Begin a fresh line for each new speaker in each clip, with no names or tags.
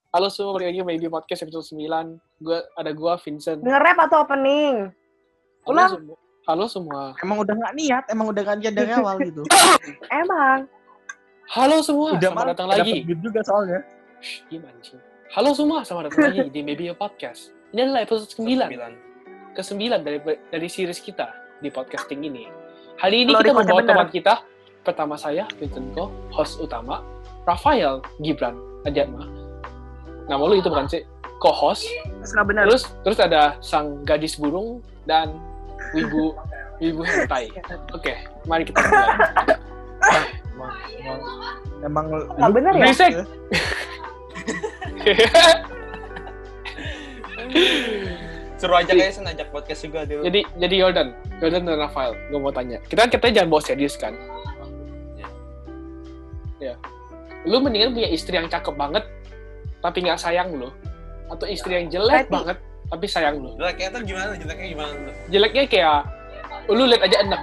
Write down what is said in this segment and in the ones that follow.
Halo semua, balik lagi Maybe Podcast episode 9. Gua Vincent.
Nge-rap atau opening? Ulang.
Halo semua.
Emang udah nggak niat dari awal gitu.
Emang.
Halo semua,
Udah
selamat datang
dapet
lagi.
duit juga soalnya.
Gimana sih? Halo semua, selamat datang lagi di Maybe Podcast. Ini adalah episode 9. Ke-9 dari series kita di podcasting ini. Hari ini
Kalau
kita
recordnya
membawa
bener.
teman kita. Pertama saya, Vincent Ko, host utama. Rafael Gibran Adiatma. Nama lu itu bukan sih? Co-host.
Nggak benar.
Terus ada sang gadis burung dan wibu hentai. Oke, mari kita mulai.
Emang
Nggak benar ya?
Berisik.
Seru aja guys, ajak podcast juga dia.
jadi Jordan dan Rafael, gue mau tanya. Kita jangan bawa serius kan? Ya. Lu mendingan punya istri yang cakep banget tapi nggak sayang lu, atau istri yang jelek banget tapi sayang lu?
Jeleknya tuh gimana? Jeleknya gimana tuh?
Jeleknya kayak lu lihat aja enak.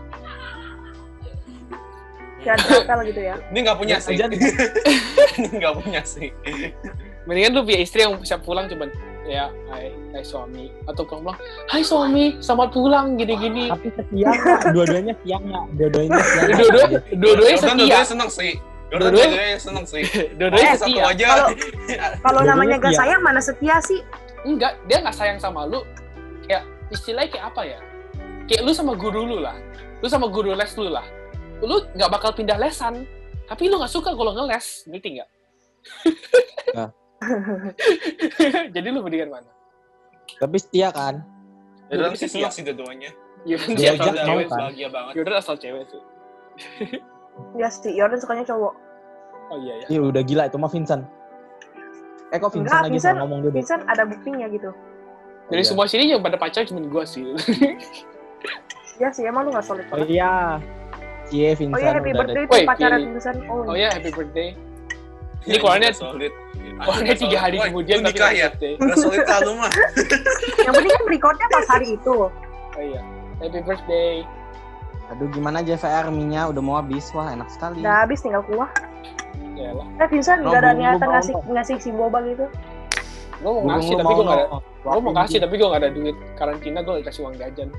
Jangan nakal gitu ya.
Ini nggak punya sih.
Aja nih.
Ini nggak punya sih.
Mendingan lu punya istri yang siap pulang cuman ya hai suami, atau kamu bilang hai suami selamat pulang gini-gini.
Tapi setia nggak? Dua-duanya setia nggak? Dua-duanya
Dua-duanya setia.
Dua-duanya seneng sih. Dua-duanya seneng sih.
Dua-duanya
Satu
setia.
aja.
Kalau
Dua-duanya
namanya gak
setia.
sayang, mana setia sih?
Enggak, dia nggak sayang sama lu. Kayak istilahnya kayak apa ya? Kayak lu sama guru lu lah. Lu sama guru les lu lah. Lu nggak bakal pindah lesan. Tapi lu nggak suka kalau ngeles, ngerti nggak?
Nah.
Jadi lu mendingan mana?
Tapi setia kan?
Tapi sih seneng sih dua-duanya.
Yaudah
Dia
asal
ajak
cewek
mau
sih.
kan?
Bahagia banget.
Yaudah asal cewek sih.
Ya sih, Jordan sukanya cowok.
Oh iya ya.
Iya udah gila itu mah Vincent. Kok Vincent
Enggak,
lagi
Vincent,
mau ngomong dulu?
Vincent ada buktinya gitu.
Dari
Iya.
semua sini yang pada pacar cuma gua sih.
Ya sih, emang lu gak solid
Oh
banget.
iya. Cie Vincent.
Oh iya, happy
udah
birthday
ada.
Woi,
tuh pacaran
pilih.
Vincent.
Oh ya, happy birthday. Ini
Iya,
keluarnya
solid.
3 hari kemudian
tapi nikah ya.
birthday.
Udah solid lah lu mah.
Yang penting kan recordnya pas hari itu.
Oh iya. Happy birthday.
Aduh gimana JVR minyak udah mau habis. Wah enak sekali.
Udah habis tinggal kuah.
Ya lah.
Vincent
Oh,
gak ada
belum
niatan
mau.
ngasih si boba gitu.
Gua mau ngasih tapi gua nggak ada. Gua mau ngasih tapi gua nggak ada duit. Karantina gua nggak kasih uang jajan.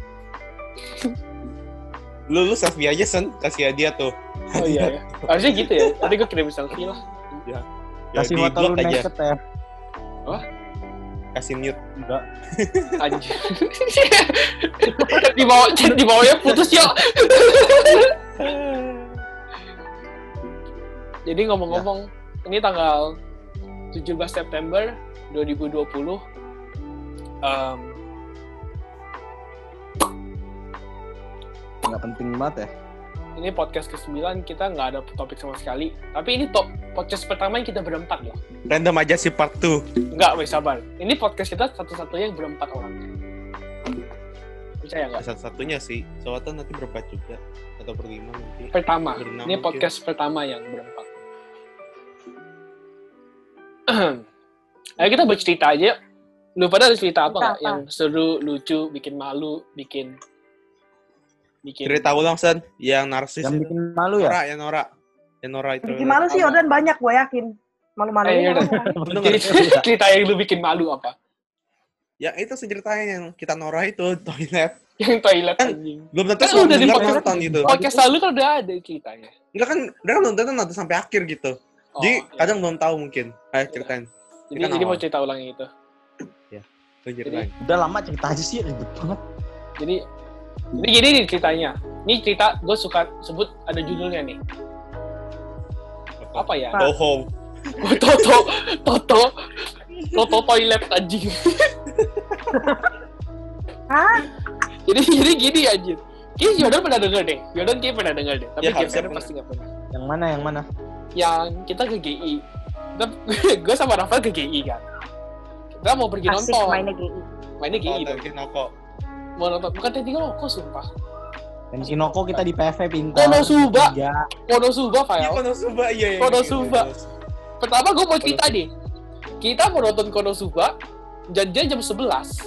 Lu selfie aja Sen, kasih hadiah tuh.
Oh iya ya. Harusnya gitu ya. Tadi gua kirim selfie lah.
Ya,
Kasih
di
motor lu
blok aja.
next step.
Kasih mute.
Enggak.
Anjir. di bawahnya putus ya. Jadi ngomong-ngomong, ini tanggal 17 September 2020.
Enggak penting banget ya.
Ini podcast ke-9, kita nggak ada topik sama sekali. Tapi ini podcast pertama yang kita berempat loh.
Random aja sih part 2.
Enggak, weh sabar. Ini podcast kita satu-satunya yang berempat orang. Percaya nggak?
Satu-satunya sih. Soalnya nanti berempat juga atau berlima nanti.
Pertama.
Berenam
Ini
mungkin.
podcast pertama yang berempat. Ayo kita bercerita aja. Lu pada ada cerita apa nggak?
Apa?
Yang seru, lucu, bikin malu, bikin
Cerita ulang Sen, yang narsis
Yang
itu.
bikin malu ya?
Yang Nora itu.
Bikin malu sih Jordan banyak, gue yakin. Malu-malunya.
Jordan.
Lu
Jadi,
nggak-
cerita yang lu bikin malu apa?
Ya itu sih ceritanya yang kita Nora itu toilet.
Yang toilet
Kan,
anjing.
Belum tentu
Kan
semua
udah di
denger
podcast-
nonton gitu.
Podcast lalu kan udah ada ceritanya.
Enggak kan, udah kan nonton sampai akhir gitu.
Oh,
Jadi
iya.
kadang belum tahu mungkin. Ayo ceritain.
Jadi mau cerita ulang itu.
Lu ceritain.
Udah lama cerita aja sih ribet banget.
Jadi gini nih ceritanya. Ini cerita gue suka sebut ada judulnya nih. Apa ya?
Go home.
Toto toilet anjing.
Hah?
Jadi gini anjir. Kayaknya Jordan pernah denger deh. Jordan kayaknya pernah denger deh. Tapi
Ya, harusnya
Jordan
pernah.
pasti nggak pernah.
Yang mana?
Yang kita ke GI. Gue sama Rafael ke GI kan. Kita mau pergi
Asik
nonton.
mainnya GI.
Mainnya GI
Oh,
dong.
tadi noko.
Mau nonton. Bukan tadi rokok sumpah.
Dan Sinoko kita di PV pintar.
Konosuba.
Tiga.
Konosuba,
Iya,
Fael.
Konosuba. Iya.
Konosuba. Pertama gue mau cerita nih. Kita mau nonton Konosuba. Janjian jam 11.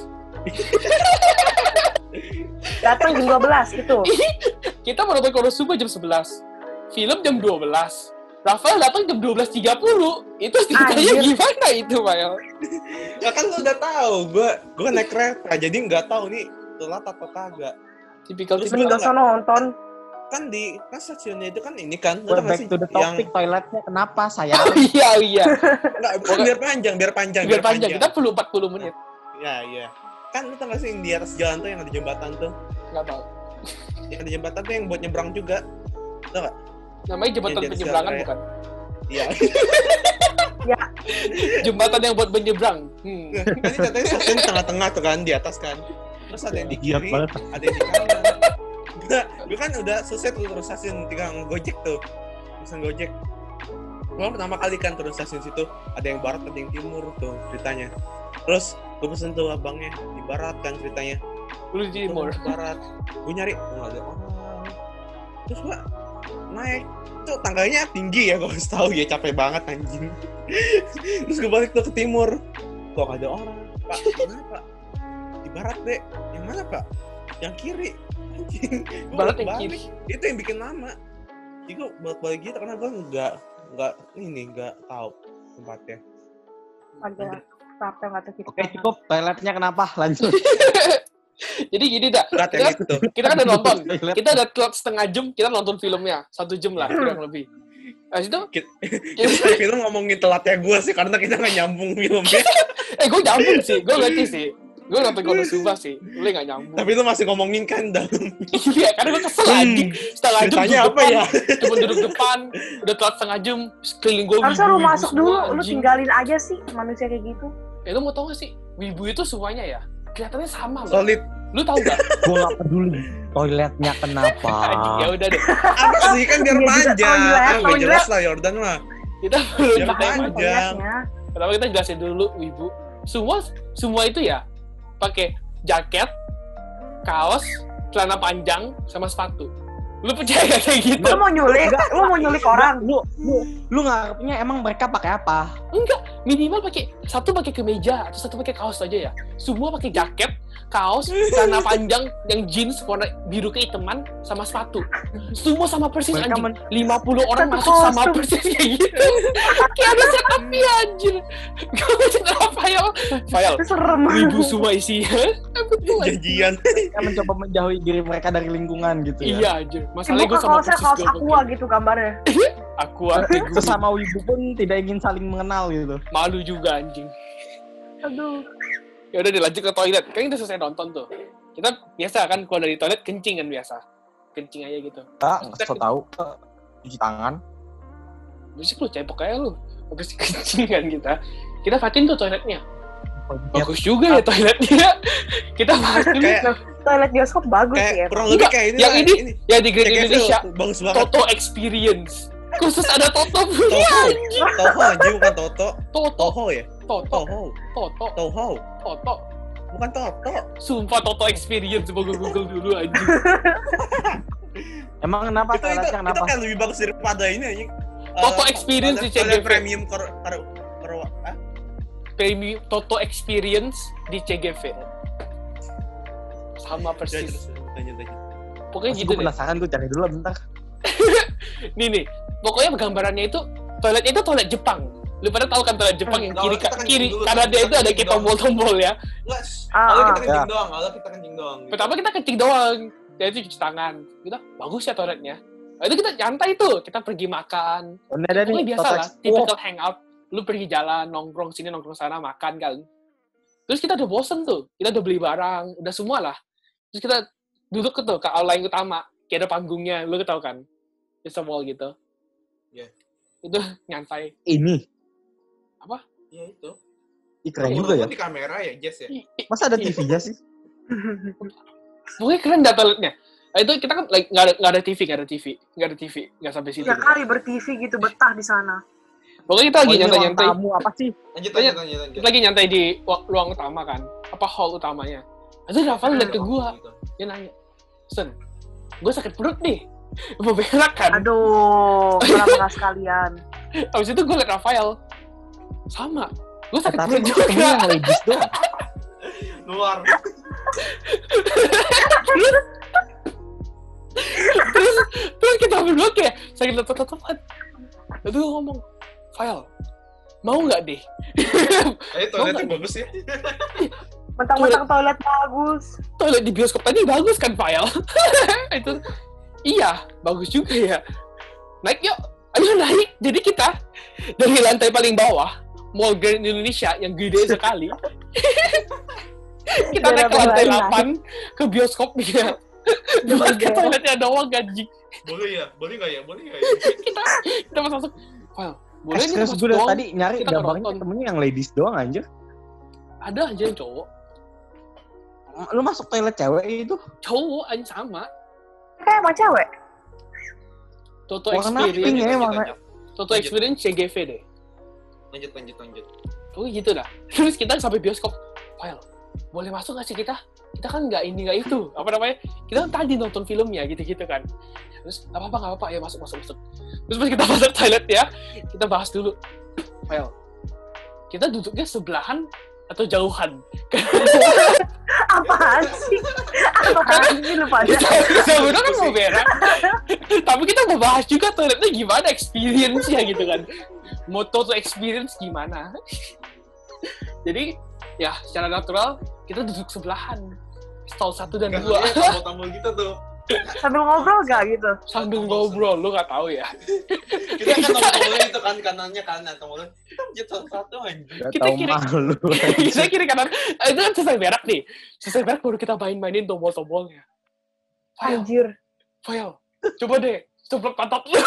Datang jam 12 gitu.
Kita mau nonton Konosuba jam 11. Film jam 12. Rafael datang jam 12.30. Itu ceritanya
Anjir.
gimana itu, Fael?
Ya kan lu udah tahu, gua naik kereta, jadi nggak tahu nih telat atau kagak.
Tipikal
Terus
Mending
gua
gak usah nonton.
Kan stasiunnya itu kan ini kan, lu
We're
tau nggak
back
sih
to the
yang
topic, toiletnya kenapa sayang?
Oh iya.
nggak, biar panjang.
Biar panjang. Kita perlu 40 menit.
Iya. Kan lu tau nggak sih yang di atas jalan tuh yang ada jembatan tuh?
Nggak tahu.
Yang ada jembatan tuh yang buat nyebrang juga. Tau nggak?
Namanya jembatan
Yang di atas
penyeberangan
jalan raya.
bukan?
Iya.
Jembatan yang buat menyeberang.
Kan ini katanya stasiun di tengah-tengah tuh kan, di atas kan. Terus ada yang di
Giat
kiri,
banget.
ada yang di kanan. Gue kan udah selesai tuh turun stasiun, tinggal Gojek tuh. Pesan Gojek. Gue pertama kali kan turun stasiun situ, ada yang barat, ada yang timur tuh ceritanya. Terus gue pesen tuh abangnya di barat kan ceritanya.
Lu di timur.
Turun barat. Gue nyari, nggak ada orang. Terus gue naik. Tuh tangganya tinggi ya, gue harus tahu ya, capek banget anjing. Terus gue balik tuh ke timur. Kok gak ada orang? Pak, mana Pak? Di barat deh. Yang mana Pak? Yang kiri. Anjing. Gua
Barat yang
balik.
kiri.
Itu yang bikin lama. Jadi gue balik gitu karena gue nggak tahu tempatnya.
Agak capek nggak tuh kita.
Oke, cukup. Toiletnya kenapa? Lanjut.
Jadi gini dah.
Berat yang itu tuh.
Kita kan udah nonton.
Toilet.
Kita udah telat setengah jam, kita nonton filmnya. 1 jam lah, kurang lebih. Habis itu,
Kita film ngomongin telatnya gue sih karena kita nggak nyambung filmnya.
gue nyambung sih. Gue ngerti sih. Gue nonton Konosuba sih. Lu nggak nyambung.
Tapi lu masih ngomongin kan dalam.
Iya, karena gue kesel anjing. Setengah jam
Ceritanya
duduk
apa
depan.
ya?
Cuma duduk depan. Udah telat setengah jam. Keliling gue
Harusnya lu
wibu-wibu
masuk
semua,
dulu, lu
anjing.
tinggalin aja sih manusia kayak gitu.
Lu mau tau gak sih? Wibu itu semuanya ya. Kelihatannya sama loh.
Solid.
Lu tau gak?
Gue gak peduli. Toiletnya kenapa?
Anjing, ya udah deh.
Apa sih kan biar
Iya juga,
panjang.
toilet,
Kan udah
toilet.
jelas lah Jordan mah.
Kita perlu
Biar
ceritain.
panjang.
Toiletnya.
Pertama kita jelasin dulu Wibu. Semua itu ya pakai jaket, kaos, celana panjang, sama sepatu. Lu percaya gak kayak gitu?
Lu mau nyulik orang.
Lu ngarepnya emang mereka pakai apa?
Enggak, minimal satu pakai kemeja atau satu pakai kaos aja ya. Semua pakai jaket, kaos, celana panjang yang jeans warna biru keiteman sama sepatu. Semua sama persis
Mereka
anjing. 50 orang
Satu
masuk sama
kostum.
persis kayak gitu. Kayak ada setupnya anjir. Gak bisa Rafael.
Itu serem.
Wibu semua isinya. Betul anjing.
Janjian.
Mereka mencoba menjauhi diri mereka dari lingkungan gitu ya.
Iya anjir. Masalahnya gue
Buka
sama
kaosnya
persis
kaos
gue
aqua gitu gambarnya.
Aqua, Tegu.
Sesama wibu pun tidak ingin saling mengenal gitu.
Malu juga anjing.
Aduh.
Ya udah dilanjut ke toilet. Kan kita selesai nonton tuh. Kita biasa kan keluar dari toilet kencing kan biasa. Kencing aja gitu.
So tahu cuci tangan.
Bersih lu, cepok aja lu. Bersih kencing kan kita. Kita fatin tuh toiletnya. Bagus juga ya toiletnya. Kita bahas dulu.
Kayak
Toilet bioskop bagus sih ya.
kurang lebih
Enggak,
kayak ini
yang
lah.
ini, ya di Grand
CGV
Indonesia.
bagus banget.
Toto Experience. Khusus ada Toto punya
Toho.
anjing.
Toho anjing bukan Toto.
Toto.
Toho ya?
Toto.
Toho.
Toto.
Toho.
Toto.
Bukan Toto.
Sumpah Toto Experience. Coba gue Google dulu anjing.
Emang kenapa
Itu
toiletnya kenapa?
kan lebih bagus daripada ini anjing.
Toto Experience di
toilet
CGV.
premium
Premium Toto Experience di CGV. Sama persis.
Lanjut.
Pokoknya gitu
Gue
deh.
penasaran, gue cari dulu bentar.
Nih. Pokoknya gambarannya itu toiletnya itu toilet Jepang. Lu pada tahu kan toilet Jepang yang kiri
Kita kencing
kiri
dulu,
kanan dia
kita
itu ada
kencing
kayak
doang.
tombol-tombol ya.
Enggak.
Ah,
Kalau kita
ah.
kencing doang, kalau kita kencing doang. gitu.
Pertama kita kencing doang. Ya itu cuci tangan. Kita bagus ya toiletnya. Nah, itu kita nyantai tuh. Kita pergi makan.
Ini ada nih.
Pokoknya biasa lah.
Toto-
Typical hangout. Lu pergi jalan, nongkrong sini, nongkrong sana, makan kan. Terus kita udah bosen tuh. Kita udah beli barang. Udah semua lah. Terus kita duduk tuh ke aula yang utama. Kayak ada panggungnya. Lu tau kan? It's a wall gitu.
Iya.
Itu nyantai.
Ini.
Iya itu.
Ih, keren juga ya.
Di kamera ya, Jess ya.
Masa ada TV-nya sih?
Pokoknya keren dah toiletnya. Nah, itu kita kan like, nggak ada TV, nggak sampai situ.
3 kali ber-TV gitu betah di sana.
Pokoknya kita lagi
Oh, ini ruang
nyantai-nyantai.
tamu apa sih?
Lanjut.
Kita lagi nyantai di ruang utama kan, apa hall utamanya. Itu Rafael liat ke gua, dia nanya, Sen, gua sakit perut nih, mau berak kan?
Aduh, kenapa nggak sekalian?
Abis itu gua liat Rafael, sama, gua sakit
Tapi
perut
gue ketemu
juga.
yang ladies doang.
Luar.
terus kita berdua kayak sakit letot-letotan. Itu gue ngomong, File, mau nggak deh?
Toiletnya bagus ya.
Mentang-mentang toilet bagus.
Toilet di bioskop tadi bagus kan, File? Itu, iya, bagus juga ya. Naik yuk, ayo naik. Jadi kita dari lantai paling bawah, Mall Grand Indonesia yang gede sekali, kita naik ke lantai 8 ke bioskopnya. Cuma ke toiletnya doang, gaji.
Boleh nggak ya?
Kita pas masuk, File, boleh nih
Terus
masuk
gue dari
doang.
tadi nyari
Kita
gabangnya
nonton.
ketemunya yang ladies doang anjir.
Ada aja yang cowok.
Lu masuk toilet cewek itu?
Cowok aja sama.
Kayak emang cewek.
Toto
Warna pink
Experience.
ya, warna.
Toto Experience CGV deh.
Lanjut.
Oh gitu dah. Terus kita sampai bioskop. File, boleh masuk gak sih kita? Kita kan nggak ini nggak itu. Apa namanya? Kita kan tadi nonton filmnya gitu-gitu kan. Terus nggak apa-apa. Ya masuk. Terus pas kita masuk toilet ya, kita bahas dulu. File, kita duduknya sebelahan atau jauhan?
Apaan sih? Apaan sih lu pada?
Sebenarnya kan mau berak. Tapi kita mau bahas juga toiletnya gimana experience-nya gitu kan. Mau Toto Experience gimana. Jadi ya secara natural kita duduk sebelahan. Stall 1 dan 2.
Tamu-tamu gitu tuh.
Sambil ngobrol gak gitu?
Sambil ngobrol, lu gak tahu ya.
Kita kan tamu-tamunya itu kan kanannya kanan, tamu-tamunya kita satu anjing.
Gak
Kita
tau
kiri-
malu.
Kita kiri kanan. Itu kan selesai berak nih. Selesai berak baru kita mainin tombol-tombolnya.
Anjir.
File, coba deh. Coba pantat lu.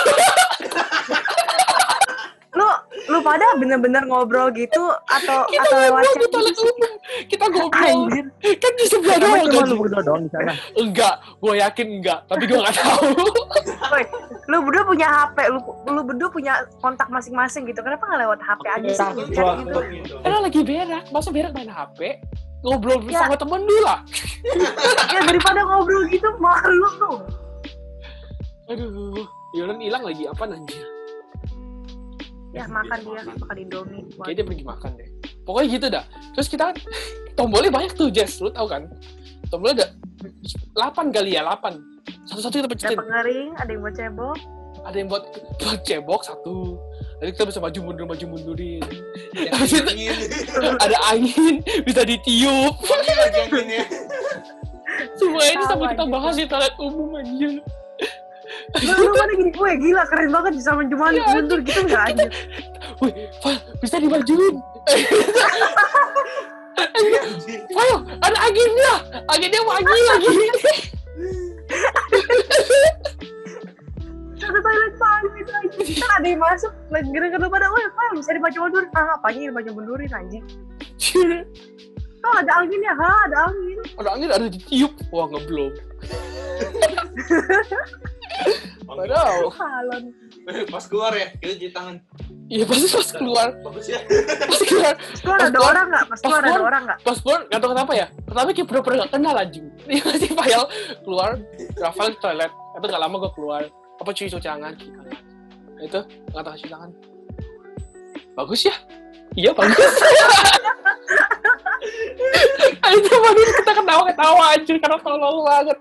Lu pada bener-bener ngobrol gitu atau lewat
Ngobrol
chat
di toilet
gitu sih?
umum. Kita ngobrol.
Anjir.
Kan di sebelah
Emang
doang
cuma
kan.
lu berdua doang di sana?
Enggak, gue yakin enggak. Tapi gue gak tahu.
Woi, lu berdua punya HP, lu berdua punya kontak masing-masing gitu. Kenapa nggak lewat HP aja sih?
Iya,
Chat
iya.
gitu.
Karena lagi berak. Masa berak main HP? Ngobrol
Ya.
bersama temen dulu lah.
Ya daripada ngobrol gitu malu tuh.
Aduh, Yonan hilang lagi. Apa anjir?
Ya makan Indomie.
Kayaknya dia pergi makan deh. Pokoknya gitu dah. Terus kita tombolnya banyak tuh, Jess. Lu tahu kan? Tombolnya ada 8 kali ya, 8. Satu-satu kita
Ada
pencitin.
pengering, ada yang buat cebok.
Ada yang buat cebok 1. Jadi kita bisa maju mundurin. Ada angin, bisa ditiup. Semua ini sampai kita bahas di toilet umum anjir.
Lu mana gini gue gila keren banget bisa menjual
Iya,
mundur gitu nggak aja.
Wih, File, bisa dimajuin. File, ada anginnya. Anginnya wangi lagi.
Satu toilet paling itu aja. Kan ada yang masuk, gara-gara lu pada, woi, File, bisa dimaju mundurin. Ah, apanya dimaju mundurin anjing? Oh, ada angin ya? Ha, ada angin.
Ada angin, ada ditiup. Wah, ngeblom. Padahal,
Halon.
Pas keluar ya, kita cuci tangan.
iya pas keluar.
Bagus ya.
Pas keluar.
Pas keluar
Pas
ada
keluar-
orang nggak? Pas keluar ada
keluar-
orang nggak?
Pas keluar, gak tau kenapa ya. Pertama kayak pura-pura gak kenal anjing. Dia masih File keluar, Rafael ke toilet. Itu gak lama gue keluar. Apa cuci tangan? Nah, itu, gak cuci tangan. Bagus ya? Iya, bagus. Itu baru kita ketawa-ketawa anjir karena tolol banget.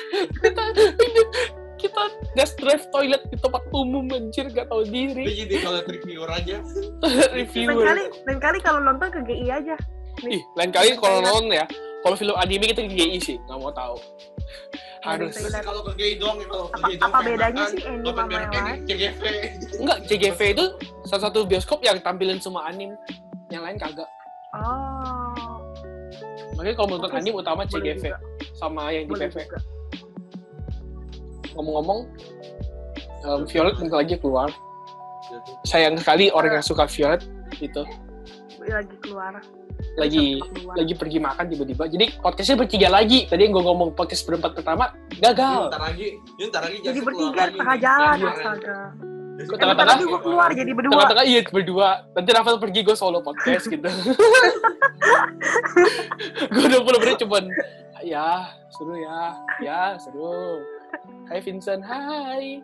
Kita just drive toilet di tempat umum anjir gak tahu
Lu
diri.
jadi kalau reviewer aja.
Reviewer.
Lain kali kalau nonton ke GI aja.
Ih, lain kali kalau nonton ya, kalau film anime kita ke GI sih, nggak mau tahu. Harus.
Toilet.
Kalau ke gay doang ya, kalau ke
Apa-
gay doang
apa
kayak
bedanya
makan,
sih anime
dompet
sama
merek
yang
ini, CGV.
Enggak, CGV itu salah satu bioskop yang tampilin semua anime. Yang lain kagak.
Oh.
Makanya kalau nonton
Oke,
anime utama
boleh
CGV
juga.
sama yang di
Boleh
PV.
juga.
Ngomong-ngomong, Violet bentar lagi keluar. Sayang sekali orang yang suka Violet itu
Lagi keluar.
lagi
Keluar.
lagi pergi makan tiba-tiba. Jadi podcastnya bertiga lagi. Tadi yang gue ngomong podcast berempat pertama gagal.
Ntar lagi
Jadi
Jasa
bertiga
keluar lagi
tengah
nih.
jalan
Iya.
astaga.
Tengah-tengah.
Tengah-tengah juga keluar jadi berdua.
Tengah-tengah iya berdua. Nanti Rafael pergi, gue solo podcast gitu. Gue udah bener-bener cuman ya seru ya seru. Hai Vincent, hai.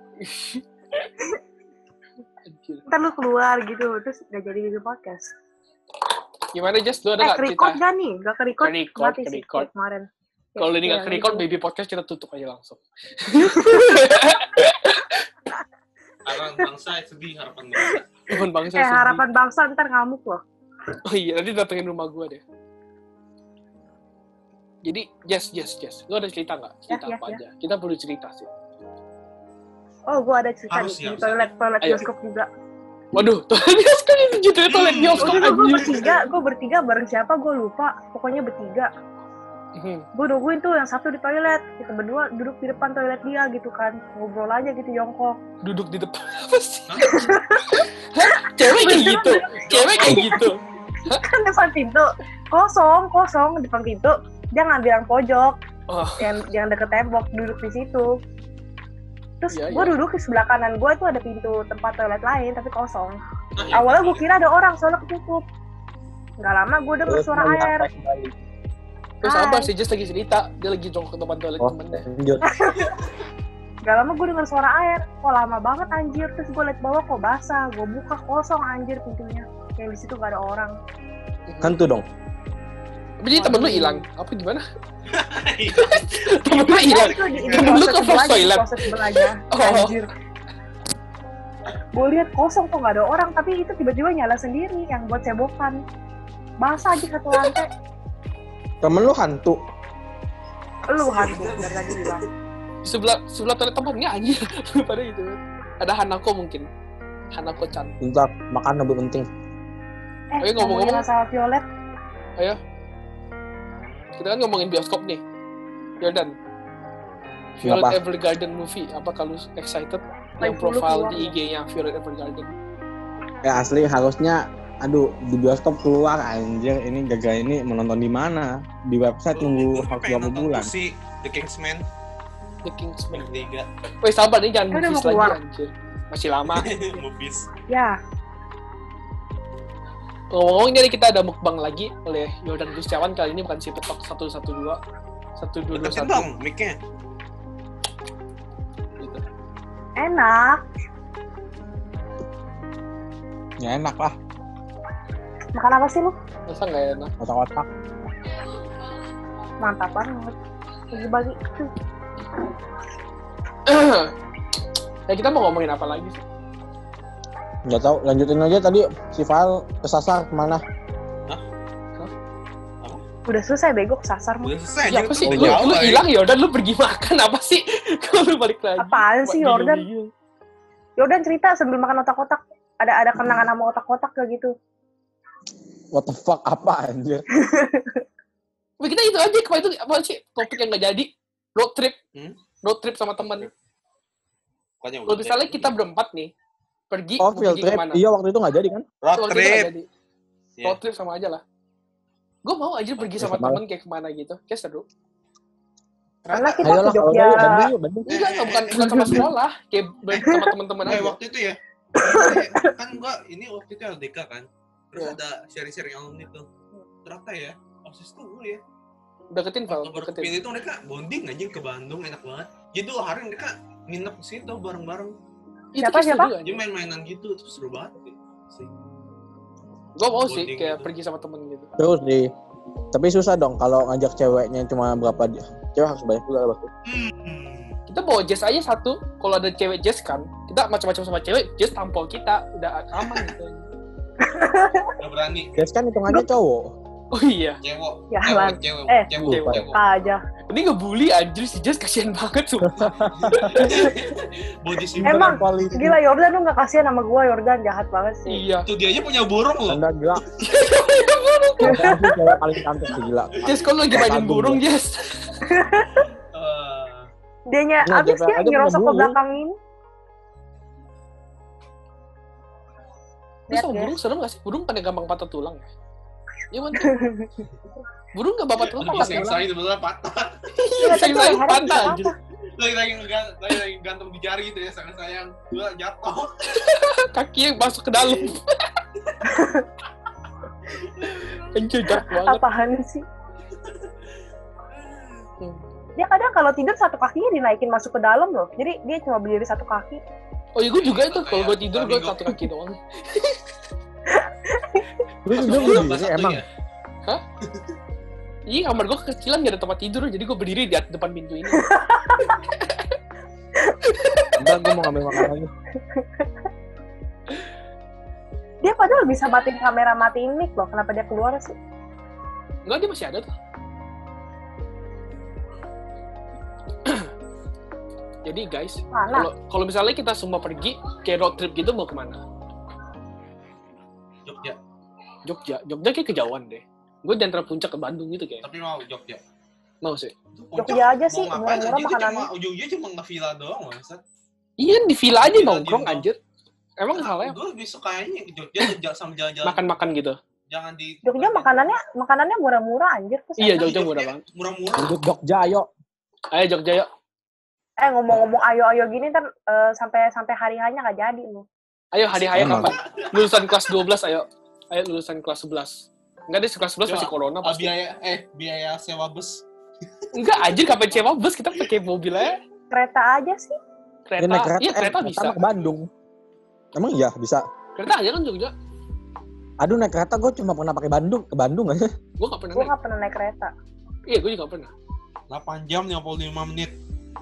Anjir.
Ntar lu keluar gitu terus gak jadi bikin podcast.
Gimana Jess, lu ada nggak
Record
cerita?
gak nih? Gak ke-record?
Ke-record,
Mati sih
ke-record.
kayak kemarin.
Kalau ini
Ya,
nggak ke-record,
gitu.
baby podcast kita tutup aja langsung.
Harapan bangsa sedih, harapan bangsa.
Harapan bangsa.
Harapan bangsa ntar ngamuk loh.
Oh iya, nanti datengin rumah gue deh. Jadi, Jess. Lu ada cerita nggak? Cerita
Ya,
apa
ya.
aja? Kita perlu cerita sih.
Oh, gue ada cerita
Harus,
di
harus.
toilet
Ayo.
bioskop juga.
Waduh, toilet bioskop itu judulnya toilet bioskop
Gue bertiga bareng siapa gue lupa. Pokoknya bertiga. Gue nungguin tuh yang satu di toilet. Kita berdua duduk di depan toilet dia gitu kan. Ngobrol aja gitu jongkok.
Duduk di depan apa sih? Hah? Cewek kayak gitu? Cewek kayak gitu?
Kan depan pintu. Kosong depan pintu. Dia ngambil yang pojok.
Oh,
Yang deket tembok. Duduk di situ. Terus
Iya,
gue
iya.
duduk di sebelah kanan gue tuh ada pintu tempat toilet lain tapi kosong.
Nah,
Awalnya gue kira ada orang soalnya ketutup. Nggak lama gue denger suara air.
terus sabar sih, Jess lagi cerita. Dia lagi jongkok ke depan toilet temennya.
Lanjut.
Gak lama gue denger suara air. Kok lama banget anjir. Terus gue liat bawah kok basah. Gue buka kosong anjir pintunya. Yang di situ gak ada orang.
Hantu dong.
Tapi jadi temen lu hilang. Apa gimana? Temen lu hilang.
Itu di
Temen lu ke flush toilet.
proses sebelahnya.
Oh.
Anjir. Gue liat kosong kok gak ada orang. Tapi itu tiba-tiba nyala sendiri. Yang buat cebokan. Basah aja satu lantai.
Temen lu hantu.
Lu hantu. Dari tadi bilang.
Sebelah toilet temennya anjir. Pada gitu. Ada Hanako mungkin. Hanako-chan.
Bentar, makan lebih penting.
Ayo, ngomong-ngomong.
Masalah Violet.
Ayo. Kita kan ngomongin bioskop nih. Jordan. Violet
Kenapa?
Evergarden movie. Apa kalau excited? Yang
40
profile
keluar.
di IG-nya Violet Evergarden.
Ya asli harusnya, aduh di bioskop keluar anjir. Ini gagal ini menonton di mana? Di website nunggu harus berapa bulan?
Si The Kingsman
The Kingsman.
ketiga.
Weh sabar nih, jangan
Udah mau
movies lagi
keluar.
anjir. Masih lama.
Movies.
Ya.
Ngomong-ngomong ini kita ada mukbang lagi oleh Jordan Gustiawan. Kali ini bukan si Petok 112. 1221.
Deketin dong mic-nya.
Gitu.
Enak.
Ya enak lah,
Makan apa sih lu?
Masa nggak enak?
otak-otak.
Mantap banget. Bagi-bagi.
Ya kita mau ngomongin apa lagi sih?
Nggak tahu, lanjutin aja tadi si File kesasar kemana?
Udah selesai bego kesasar mah.
Udah selesai.
Ya
anjing,
apa
itu
sih?
udah
Lu
jauh, anjing.
hilang Jordan, lu pergi makan apa sih? Kalau lu balik lagi.
Apaan sih
Buat
Jordan?
bingung-bingung.
Jordan cerita sambil makan otak-otak. Ada kenangan sama otak-otak kayak gitu.
What the fuck, apa anjir?
Wih, kita itu aja, kemarin itu apa sih topik yang nggak jadi? Road trip. Road trip sama teman.
Pokoknya
Kalau
udah
misalnya
deh.
kita berempat nih, pergi,
Oh
mau
field
pergi
trip,
kemana?
iya waktu itu nggak jadi kan?
Road
Waktu itu nggak
trip.
jadi.
Iya.
Road trip sama aja lah. Gue mau aja pergi sama
sama.
temen kayak kemana gitu. Kayak seru.
Karena kita
Ayolah
ke
kalau
Jogja.
nggak Bandung yuk, Bandung.
Enggak, bukan sama sekolah. Kayak sama temen-temen aja.
Waktu itu ya. Kan gua ini waktu itu LDK kan. Terus
Iya.
ada sharing-sharing alumni tuh. Ternyata ya, OSIS tuh ya.
Deketin, Val.
Baru
Deketin.
kepilih itu mereka bonding aja ke Bandung, enak banget. Jadi 2 hari mereka nginep di situ bareng-bareng.
Itu
Siapa,
kayak
siapa?
seru
Dia
aja.
main-mainan gitu, terus seru banget. Sih.
Gue mau sih,
Bonding
kayak
gitu.
pergi sama temen gitu.
Terus di, tapi susah dong kalau ngajak ceweknya cuma berapa dia. Cewek harus banyak juga lah pasti.
Kita bawa Jess aja satu. Kalau ada cewek Jess kan, kita macam-macam sama cewek, Jess tampol kita. Udah aman gitu.
Gak berani.
Guys kan hitungannya cowok.
Oh iya.
Cewek,
Ya,
cewek,
Lan.
cewek,
Eh,
cewek,
cewek.
cewek.
aja.
Ini ngebully anjir si Jess, kasihan banget sumpah.
Body sih.
Emang,
Quality.
Gila Jordan lu gak kasihan sama gua, Jordan jahat banget sih.
Iya.
Tuh dia aja punya burung loh.
Anda gila. Masa asli cewek paling cantik sih gila.
Jess, kok lu lagi mainin
Kagum,
burung,
ya.
Jess?
Dianya
Nah,
abis
JPL
dia
aja
nyerosok
punya
ke
burung.
belakangin.
Lu
Lihat,
sama
Jess.
burung serem gak sih? Burung pada gampang patah tulang ya? Iya mantap. Burung gak bapak tulang,
Aduh,
patah
sayang
tulang.
saya sebenarnya patah.
Iya,
Sayang
tapi
sayang
lehernya
patah
bisa
anjir.
Lagi gantung di jari gitu ya, sayang. Gua jatuh.
Kaki yang masuk ke dalam. Anjir, jahat banget.
Apaan sih?
Hmm.
Dia kadang kalau tidur satu kakinya dinaikin masuk ke dalam loh. Jadi dia cuma berdiri satu kaki.
Oh iya, gue juga itu. Kalau gue
Kayak
tidur, gue
flamingo.
satu kaki doang.
Lu tidur
Soalnya
berdiri
satu
emang.
ya.
Iya, kamar gue kekecilan, gak ada tempat tidur. Jadi gue berdiri di depan pintu ini.
Entar gue mau ngambil makan lagi.
Dia padahal bisa matiin kamera, matiin mic loh. Kenapa dia keluar sih?
Enggak, dia masih ada tuh. Jadi guys,
Mana?
kalau misalnya kita semua pergi kayak road trip gitu, mau kemana?
Jogja.
Jogja kayak kejauhan deh. Gue di antara Puncak ke Bandung gitu kayak.
Tapi mau Jogja.
Mau sih.
Jogja aja sih,
mau ngapain,
murah-murah
anjing?
makanannya.
Jogja cuma nge-villa doang, Maksud.
Iya, di villa aja
Villa
nongkrong
di-
anjir. Emang salahnya
Gue lebih sukanya ke Jogja sama jalan-jalan.
makan-makan gitu.
Jangan di
Jogja makanannya murah-murah anjir tuh.
Iya, Jogja murah banget.
Murah-murah.
Lanjut Jogja, ayo.
Ayo Jogja yuk.
Ngomong-ngomong ayo gini ntar sampai hari-harinya nggak jadi lu.
Ayo hari-hari
Emang.
kapan? Lulusan kelas 12 ayo. Ayo lulusan kelas 11. Enggak deh, kelas 11 masih corona pasti.
Biaya sewa bus.
Enggak, anjir kapan sewa bus, kita pakai mobil aja.
Kereta aja sih.
Kereta.
Naik kereta,
Iya, kereta bisa.
mah ke Bandung. Emang iya bisa.
Kereta aja kan Jogja.
Aduh, naik kereta gue cuma pernah pakai ke Bandung aja.
Gue gak pernah
Gue
naik.
nggak pernah naik kereta.
Iya, gue juga gak pernah.
8 jam 55 menit.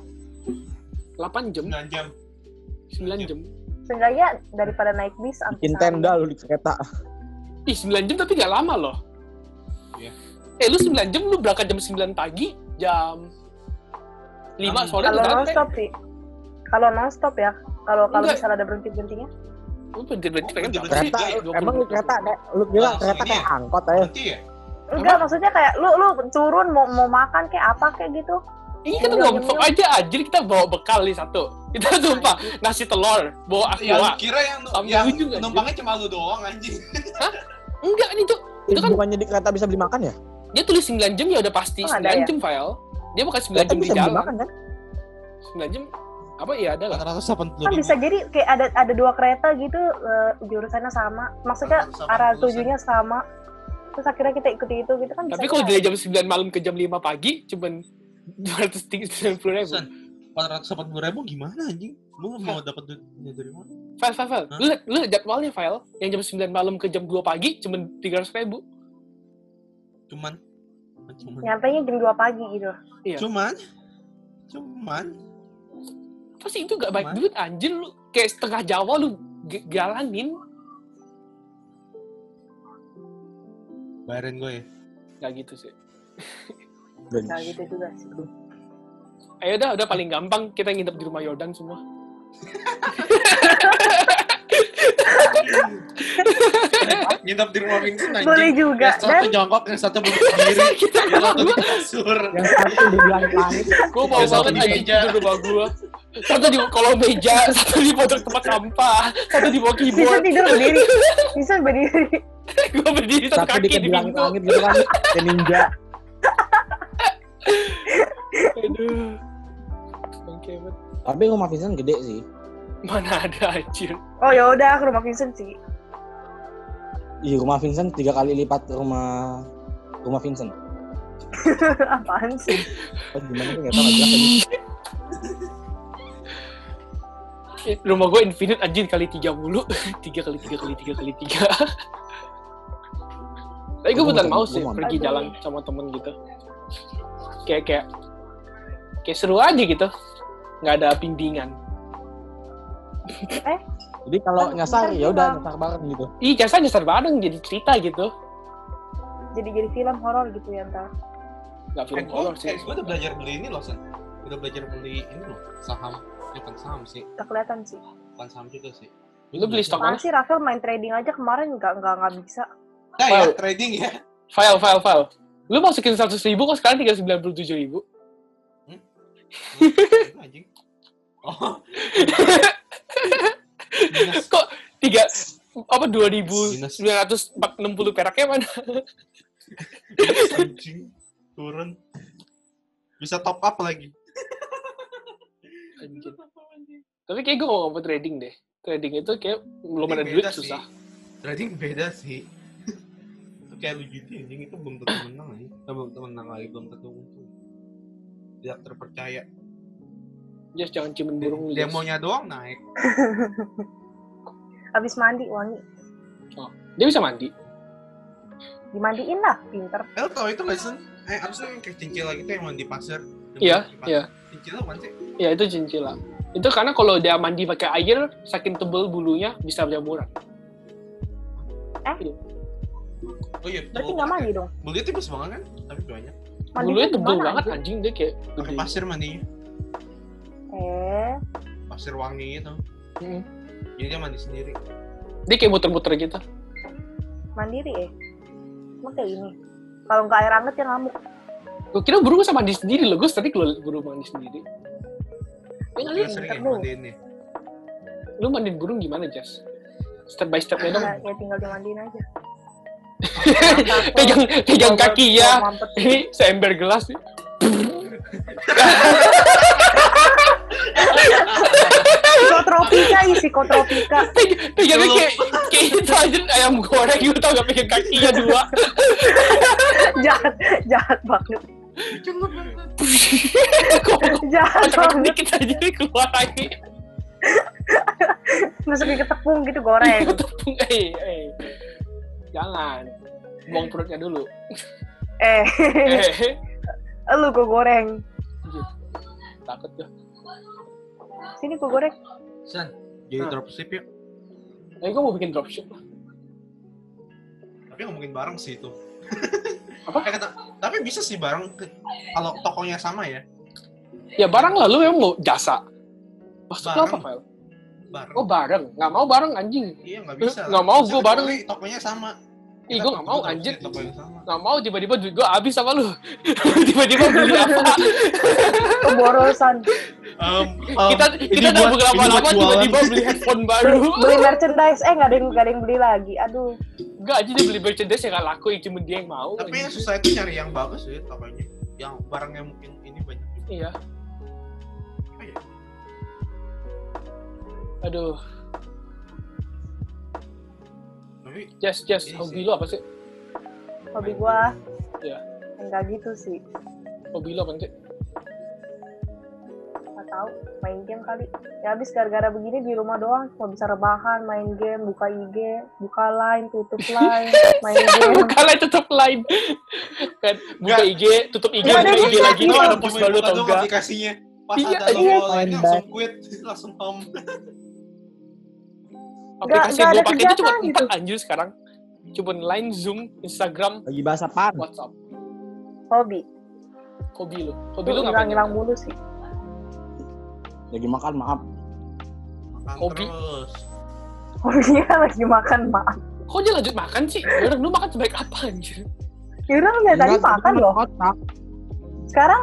8 jam,
9 jam.
9 jam.
Seenggaknya daripada naik bis sampai
Bikin tenda lu di kereta.
Ih, 9 jam tapi gak lama loh.
Iya.
Lu 9 jam, lu berangkat jam 9 pagi, jam 5 sore
kalau
udah
non
sampai.
stop sih. Kalau non stop ya. Kalau
Enggak.
misalnya ada berhenti-berhentinya.
Lu berhenti pengen
Berhenti-
berapa sih?
Kereta,
20
emang lu
menit.
kereta lu kira
Langsung
kereta
ini
kayak
ya?
angkot aja.
Berarti ya?
Enggak, maksudnya kayak lu turun mau makan kayak apa kayak gitu.
Iya, kita ngomong aja anjir, kita bawa bekal nih satu. Kita sumpah, nasi telur, bawa
Ya, lu
aqua.
kira yang
Sampai ujung, anjing.
numpangnya cuma lu doang anjing.
Enggak, itu kan
Bukannya di kereta bisa beli makan ya?
dia tulis 9 jam ya udah pasti
Oh,
9
ada ya?
jam file. Dia bukan 9
Kereta
jam di
bisa beli
jalan.
makan kan?
9 jam apa ya ada lah.
480
Kan bisa jadi kayak ada dua kereta gitu jurusannya sama. Maksudnya
Sama
arah
jurusan.
tujuannya sama. Terus akhirnya kita ikuti itu gitu kan bisa.
Tapi kalau
aja.
dari jam 9 malam ke jam 5 pagi cuman 290.000.
440.000 gimana anjing? Lu mau dapat duitnya dari mana?
File.
Hah?
Lu lihat jadwalnya file yang jam 9 malam ke jam 2 pagi cuman 300.000.
Cuman
Nyampainya jam 2 pagi gitu.
Iya.
cuman
Pasti itu gak baik
Mas.
duit anjir, lu kayak setengah Jawa lu galanin.
bayarin gue ya.
Gak gitu sih.
Nah gitu juga sih.
Ayo udah paling gampang kita nginep di rumah Yordan semua.
Nginep di rumah Vincent anjing.
Boleh juga.
Yang satu jongkok, yang satu berdiri,
Kita
yang satu di kasur.
Yang satu di langit-langit.
Gue mau
Yang satu
banget
di
anjing
meja.
tidur rumah gue. Satu di kolong meja, satu di pojok tempat sampah, satu di bawah
Bisa
keyboard.
tidur berdiri. Bisa berdiri.
Gue berdiri satu
Satu
kaki di
di
pintu.
langit-langit gitu kan. Kayak ninja.
Aduh. Bangke banget.
Tapi rumah Vincent gede sih.
Mana ada anjir.
Oh ya udah ke rumah Vincent sih.
Iya, rumah Vincent 3 kali lipat rumah Vincent.
Apaan sih?
Oh, gimana sih? Nggak tahu aja lagi.
Rumah gue infinite anjir kali 3 mulu. 3 kali 3 kali 3 kali 3. Tapi gue beneran mau sih pergi
Aduh.
jalan sama temen gitu. Kayak seru aja gitu. Nggak ada bimbingan.
Jadi kalau
Kan
nyasar
ntar
ya udah
pulang.
nyasar bareng gitu.
Ih, nyasar bareng jadi cerita gitu.
Jadi film horor gitu ya ntar.
Nggak film horor sih.
Gue udah belajar beli ini loh, Sen. Udah belajar beli ini loh, saham. Bukan saham sih,
Udah kelihatan sih.
bukan saham juga sih.
Lu beli stok mana?
Masih Rafael main trading aja kemarin nggak bisa.
Nah ya,
Wow.
trading ya.
File. Lu masukin 100.000 kok sekarang 397.000.
Anjing. Oh. Minus.
Kok 2.960 peraknya mana?
Anjing. Turun. Bisa top up lagi.
Anjir. Tapi kayak gue mau ngomong trading deh. Trading itu kayak belum ada duit
Beda sih.
susah.
Trading beda sih. Itu kayak lu gitu anjing, itu belum tentu menang lagi. Belum tentu menang lagi, belum tentu untung. Tidak terpercaya.
Just jangan ciumin burung lu. Just.
Demonya doang naik.
Habis mandi wangi.
Dia bisa mandi.
Dimandiin lah, pinter.
Lo tau itu nggak sih? Harusnya yang kayak cincin lagi tuh yang di pasar.
Iya.
Cincin apa sih?
Ya itu cincin lah. Itu karena kalau dia mandi pakai air, saking tebel bulunya bisa berjamuran.
Oh iya.
Berarti nggak mandi dong?
Bulunya tipis banget kan? Tapi banyak.
Bulunya tebel
gimana,
banget anjing dia kayak
Pakai
gede.
pasir mandinya. Pasir wangi gitu. Jadi dia mandi sendiri.
Dia kayak muter-muter gitu.
Mandiri emang kayak ini. Kalau nggak air hangat ya ngamuk.
Gue kira burung bisa mandi sendiri loh. Gue tadi kalau burung mandi sendiri. Ya nggak lihat.
Sering ya
dulu.
mandiinnya.
Lu mandiin burung gimana, Jas? Step by stepnya dong.
Ya tinggal dimandiin aja.
pegang kaki ya.
Mampet.
Ini seember gelas nih.
Psikotropika psikotropika.
Pegangnya kayak itu aja ayam goreng gitu tau gak, pegang kakinya 2.
jahat banget.
Kok
Jahat banget.
dikit aja nih keluar lagi.
Masukin ke tepung gitu goreng.
Tepung, jangan. Buang perutnya dulu.
Lu gue goreng.
Takut gue.
Sini gue goreng.
San, jadi dropship yuk.
Gue mau bikin dropship lah.
Tapi ngomongin barang sih itu.
Apa?
Tapi bisa sih barang kalau tokonya sama ya.
Ya barang lah, lu emang mau jasa. Maksud lu
Barang.
apa, Fel?
Barang.
Oh bareng, nggak mau bareng anjing.
Iya nggak bisa.
Nggak mau,
Bisa
gue bareng.
Tokonya sama.
Ih, gue nggak mau anjir.
Toko yang sama.
Nggak mau tiba-tiba duit gue habis sama lu. Tiba-tiba beli apa?
Keborosan.
Kita udah beberapa lama tiba-tiba beli headphone baru.
Beli merchandise. Nggak ada yang beli lagi. Aduh.
Enggak aja dia beli merchandise yang nggak laku, yang cuma dia yang mau.
Tapi yang susah itu cari yang bagus ya tokonya. Yang barangnya mungkin ini banyak juga.
Iya.
Oh, iya.
Aduh.
Tapi
Jess,
Ini
hobi
sih.
lu apa sih?
Hobi gua.
Iya.
Enggak gitu sih.
Hobi lu apa sih?
Nggak tahu. Main game kali. Ya habis gara-gara begini di rumah doang. Cuma bisa rebahan, main game, buka IG, buka line, tutup line, main game.
Buka line, tutup line. Kan buka IG, tutup IG,
Nggak ada
buka IG
yang
lagi,
gitu.
ada post baru atau
doang
enggak?
aplikasinya. Pas
Iya,
ada
iya.
logo lainnya langsung quit, langsung home.
Aplikasi
nggak
yang gue
ada
pakai itu cuma
kegiatan
4
gitu.
anjir sekarang. Cuma Line, Zoom, Instagram,
Lagi bahas apaan?
WhatsApp.
Hobi.
Hobi lu
Itu
ngapain?
hilang mulu sih.
Lagi makan, maaf.
Makan
Hobi.
terus.
Hobinya lagi makan, maaf.
Kok dia lanjut makan sih? Yaudah, lu makan sebaik apa anjir?
Yaudah lihat tadi
Enggak,
makan
cuma
loh.
kotak.
Sekarang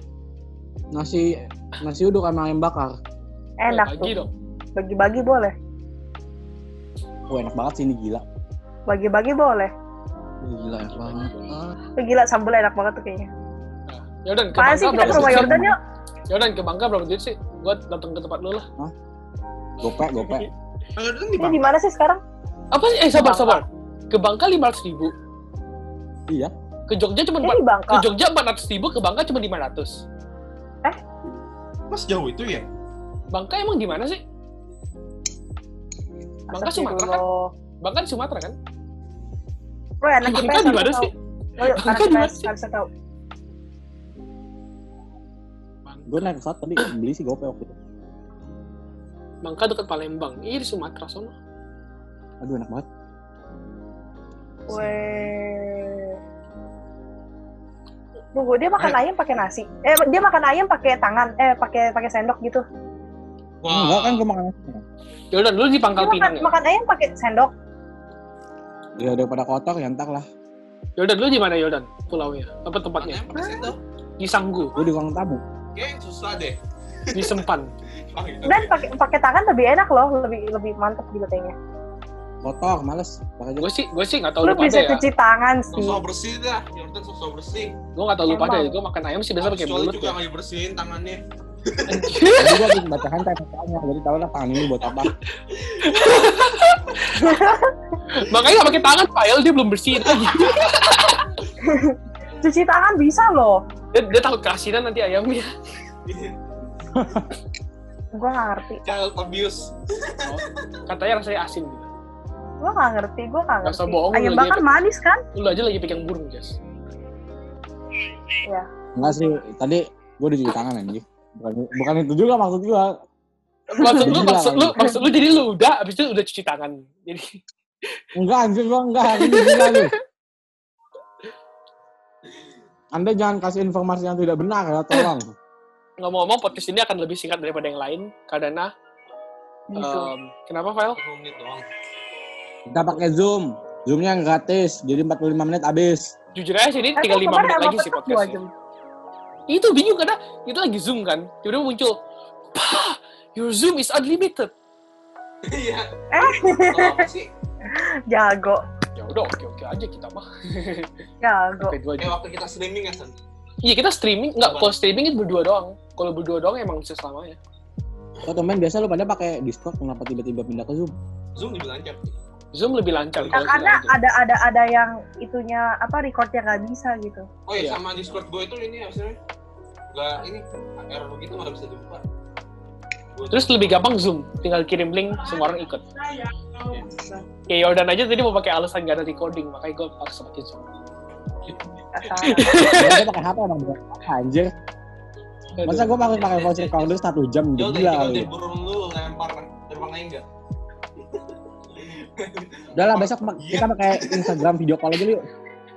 Nasi uduk sama ayam bakar.
enak
Bagi
tuh.
dong.
Bagi-bagi boleh.
Enak banget sih ini, gila.
Bagi-bagi boleh.
Gila, enak banget.
Gila sambel enak banget tuh kayaknya.
Nah, yaudah, ke
Apaan sih
Bangka
kita ke
berapa
rumah
duit sih?
Yordan yuk?
Yaudah, ke Bangka berapa duit sih? Gua datang ke tempat lu lah.
Gopek.
Kalau itu di
Ini
Bangka.
di mana sih sekarang?
Apa sih? Sabar. Ke Bangka 500.000.
Iya.
Ke Jogja cuma
Ini di Bangka.
Ke Jogja 400.000, ke Bangka cuma 500.
Mas jauh itu ya?
Bangka emang di mana sih? Bangka Sumatera kan?
Astagfirullah.
Bangka di Sumatera kan?
Bro, anak
Bangka
IPS
di mana
harus
sih?
tahu. Oh, yuk,
Bangka
anak
di mana
IPS
sih?
harus tahu.
Gue naik pesawat tadi beli sih gopek waktu itu.
Bangka dekat Palembang. Iya di Sumatera sono.
Aduh, enak banget.
Weh. Tunggu, dia makan ayam pakai nasi. Dia makan ayam pakai tangan, pakai sendok gitu.
Enggak kan gue makan.
Yaudah, dulu di Pangkal
Dia
Pinang ya?
makan ayam pakai sendok.
Ya daripada kotor ya entar lah.
Yaudah, dulu di mana Yaudah? Pulaunya? Apa tempatnya?
Makanya pakai sendok.
Di Sanggu,
Gue di ruang tamu.
Kayaknya susah deh.
di Sempan.
Oh, gitu.
Dan pakai tangan lebih enak loh, lebih mantep gitu kayaknya.
Kotor, males. Pakai aja.
Gue sih nggak tahu
Lu
lu pada
bisa
ya.
cuci tangan sih.
Sosok bersih dah. Jordan sosok bersih.
Gue nggak tahu lu pada
Emang.
ya. Gue makan ayam sih biasa pakai
Kecuali
mulut
juga
ya.
nggak dibersihin tangannya.
Jadi gue habis baca hantai soalnya. Jadi tau lah tangan ini buat apa.
Makanya nggak pakai tangan, Pak. Dia belum bersihin lagi.
Cuci tangan bisa loh.
Dia takut keasinan nanti ayamnya.
Gua nggak ngerti.
Child abuse.
Oh, katanya rasanya asin gitu.
Gua nggak ngerti.
Nggak usah bohong,
Ayam
lu
bakar
aja.
manis kan?
Lu aja lagi pegang burung, Jas.
Ya.
Enggak sih, tadi gue udah cuci tangan anjing. Bukan itu juga maksud gue.
Maksud lu jadi lu udah abis itu udah cuci tangan. Jadi
Enggak, anjir gua enggak. Ini gila lu. Anda jangan kasih informasi yang tidak benar ya, tolong.
ngomong-ngomong podcast ini akan lebih singkat daripada yang lain karena kenapa File?
10 menit doang.
Kita pakai Zoom. Zoom-nya gratis, jadi 45 menit habis.
Jujur aja sini tinggal 5 menit lagi sih podcastnya. Itu bingung karena itu lagi Zoom kan. Tiba-tiba muncul, "Pah, your Zoom is unlimited."
Iya. Apa sih?
Jago.
Ya udah oke aja kita mah.
Jago.
Kayak waktu kita streaming ya, San?
Iya kita streaming, enggak kalau streaming itu berdua doang. Kalau berdua doang emang bisa selamanya.
Oh temen biasa lu pada pakai Discord, kenapa tiba-tiba pindah ke Zoom?
Zoom lebih lancar.
Zoom lebih lancar.
Ya, karena ada yang itunya recordnya nggak bisa gitu.
Oh iya,
Iya.
sama Discord gue itu ini hasilnya nggak ini error begitu nggak bisa dibuka.
Terus lebih gampang Zoom, tinggal kirim link semua orang ikut. Kayak Yordan aja tadi mau pakai alasan gak ada recording, makanya gue paksa pakai Zoom.
Gue pakai HP emang bukan anjir. Masa gue pakai voice recorder 1 jam
Jol,
gila
tinggal
lu.
deh burung lu lempar terbang lain nggak?
Udah lah besok kita pakai Instagram video call aja yuk.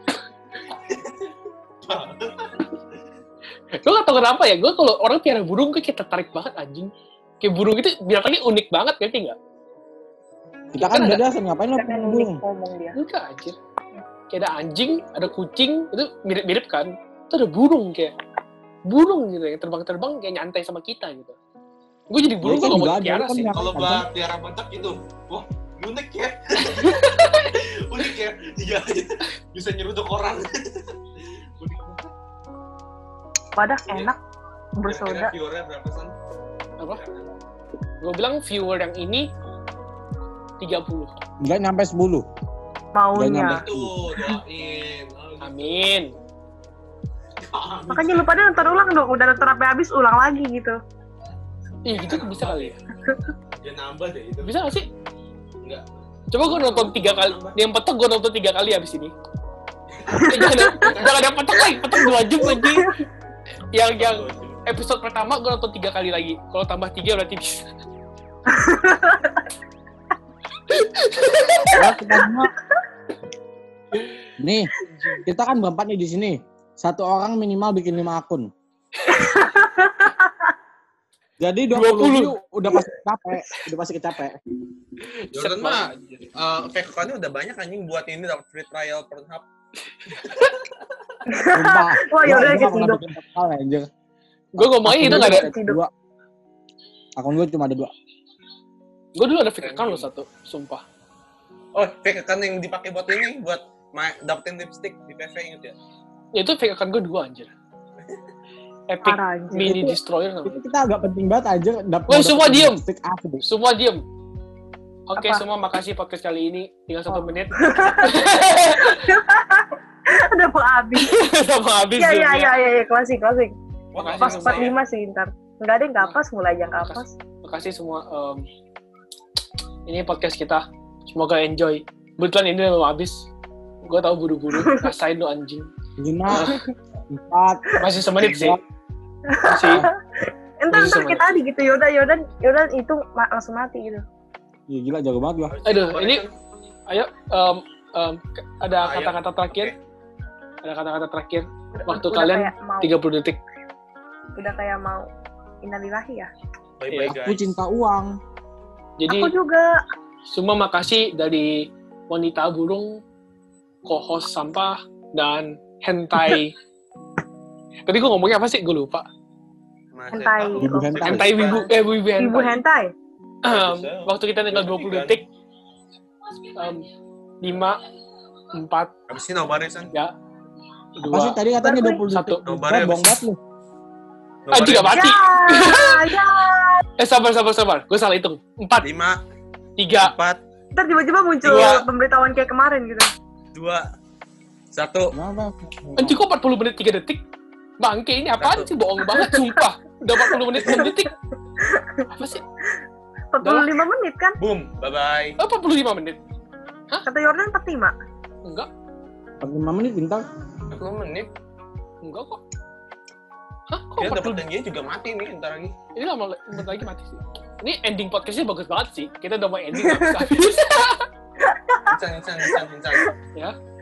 Gue gak tau kenapa ya, gue kalau orang piara burung gue kayak tertarik banget anjing. Kayak burung itu binatangnya unik banget, ngerti nggak?
Kita kan beda, ngapain lo
Kan
burung?
ngomong dia.
Enggak anjir. Kayak ada anjing, ada kucing, itu mirip-mirip kan. Itu ada burung kayak. Burung gitu, yang terbang-terbang kayak nyantai sama kita gitu. Gue jadi burung, gue gak mau piara sih.
Kalau buat piara badak gitu, wah unik ya. Unik ya, iya bisa nyeruduk orang. Unik.
Badak enak bersoda.
Kira-kira viewernya berapa, San?
Apa? Gue bilang viewer yang ini 30.
Enggak nyampe 10.
Maunya.
Tuh, doain.
Amin.
Makanya lu pada nonton ulang dong. Udah nonton sampai habis ulang lagi gitu.
Ih gitu bisa kali ya?
Ya nambah deh itu.
Bisa gak sih?
Enggak.
Coba gue nonton 3 kali. Yang petok gue nonton 3 kali abis ini. Jangan ada petok lagi. Petok 2 jam lagi. Yang episode pertama gue nonton 3 kali lagi. Kalau tambah 3 berarti bisa.
Nih, kita kan berempat nih di sini. Satu orang minimal bikin 5 akun. Jadi 20 view udah pasti capek.
Jordan mah fake account-nya udah banyak anjing buat ini dapat free trial Pornhub.
Sumpah.
Wah, yaudah
Gua
keciduk.
bikin total, anjir.
Gue ngomongnya itu gak ada.
Dua. Akun gue cuma ada 2.
Gue dulu ada fake account lo 1. Sumpah.
Oh, fake account yang dipakai buat ini buat dapetin lipstick di PV inget ya?
Itu fake account gue 2 anjir. Epic
Parah, anjir.
Mini
Itu-
Destroyer namanya.
Itu kita agak penting banget aja.
Woi, semua diem.
Asli.
Semua diem. Oke,
Apa?
semua makasih podcast kali ini. Tinggal 1 menit.
Udah mau habis.
Udah mau habis.
Iya. Klasik.
Makasih
Pas
semua.
45 sih ntar. Enggak ada yang nggak pas, mulai aja nggak pas.
Makasih semua. Ini podcast kita. Semoga enjoy. Kebetulan ini udah mau habis. Gue tahu buru-buru. Rasain lo anjing.
5, 4,
Masih semenit sih. Masih.
Entar
Masih
kita tadi gitu. Yaudah itu langsung mati gitu.
ya gila jago banget gua.
Aduh, ini ayo ada
Ayo.
kata-kata terakhir. Ada kata-kata terakhir. Waktu
Udah
kalian
kayak mau-
30 detik.
Udah kayak mau innalillahi ya.
Bye-bye
Aku
guys.
cinta uang.
Jadi
Aku juga.
semua makasih dari wanita burung, co-host sampah, dan hentai. Tadi gue ngomongnya apa sih? Gue lupa.
Hentai.
Ibu hentai.
Hentai wibu, wibu hentai.
Ibu hentai.
Waktu kita tinggal 20 detik. 5, 4,
Habis ini nobar ya, San?
3,
Apa sih
2.
tadi katanya
Baru
20
satu.
detik?
Nobar
Gua
ya,
bohong
Bos.
banget lu.
Anjing gak mati.
Ya.
Sabar. Gue salah hitung. 4,
5,
3,
4,
Ntar tiba-tiba muncul
Dua.
pemberitahuan kayak kemarin gitu.
2, 1.
Kenapa?
anjing kok 40 menit 3 detik? Bangke ini apaan sih? Bohong banget, sumpah. Udah 40 menit 6 detik. Apa sih?
45 menit kan?
Boom. Bye-bye.
45 menit?
Kata Yordan 45.
Enggak,
45 menit bintang.
40 menit.
enggak kok. Hah? Kok
Dia
40
dapat dia juga mati nih ntar lagi.
Ini lama lagi mati sih. Ini ending podcastnya bagus banget sih. Kita udah mau ending habis.
Hincang.
Ya.